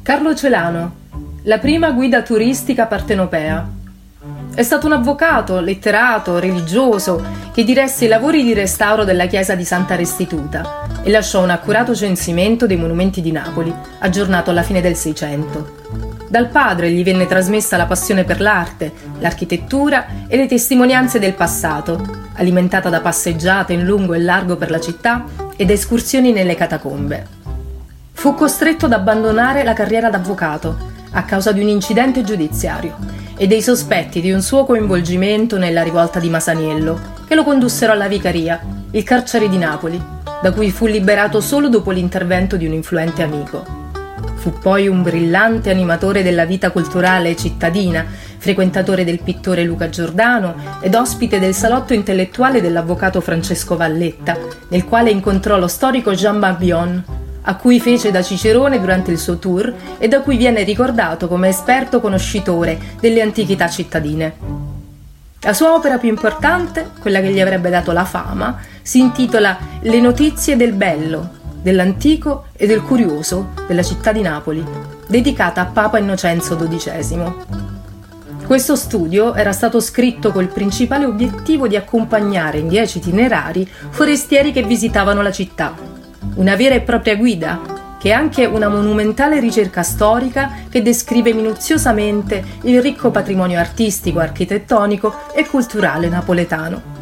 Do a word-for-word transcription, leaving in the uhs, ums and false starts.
Carlo Celano, la prima guida turistica partenopea. È stato un avvocato, letterato, religioso che diresse i lavori di restauro della chiesa di Santa Restituta e lasciò un accurato censimento dei monumenti di Napoli, aggiornato alla fine del Seicento. Dal padre gli venne trasmessa la passione per l'arte, l'architettura e le testimonianze del passato, alimentata da passeggiate in lungo e largo per la città ed escursioni nelle catacombe. Fu costretto ad abbandonare la carriera d'avvocato a causa di un incidente giudiziario e dei sospetti di un suo coinvolgimento nella rivolta di Masaniello, che lo condussero alla Vicaria, il carcere di Napoli, da cui fu liberato solo dopo l'intervento di un influente amico. Fu poi un brillante animatore della vita culturale cittadina, frequentatore del pittore Luca Giordano ed ospite del salotto intellettuale dell'avvocato Francesco Valletta, nel quale incontrò lo storico Jean Mabillon, a cui fece da cicerone durante il suo tour e da cui viene ricordato come esperto conoscitore delle antichità cittadine. La sua opera più importante, quella che gli avrebbe dato la fama, si intitola Le notizie del bello, dell'antico e del curioso della città di Napoli, dedicata a Papa Innocenzo dodicesimo. Questo studio era stato scritto col principale obiettivo di accompagnare in dieci itinerari forestieri che visitavano la città. Una vera e propria guida, che è anche una monumentale ricerca storica che descrive minuziosamente il ricco patrimonio artistico, architettonico e culturale napoletano.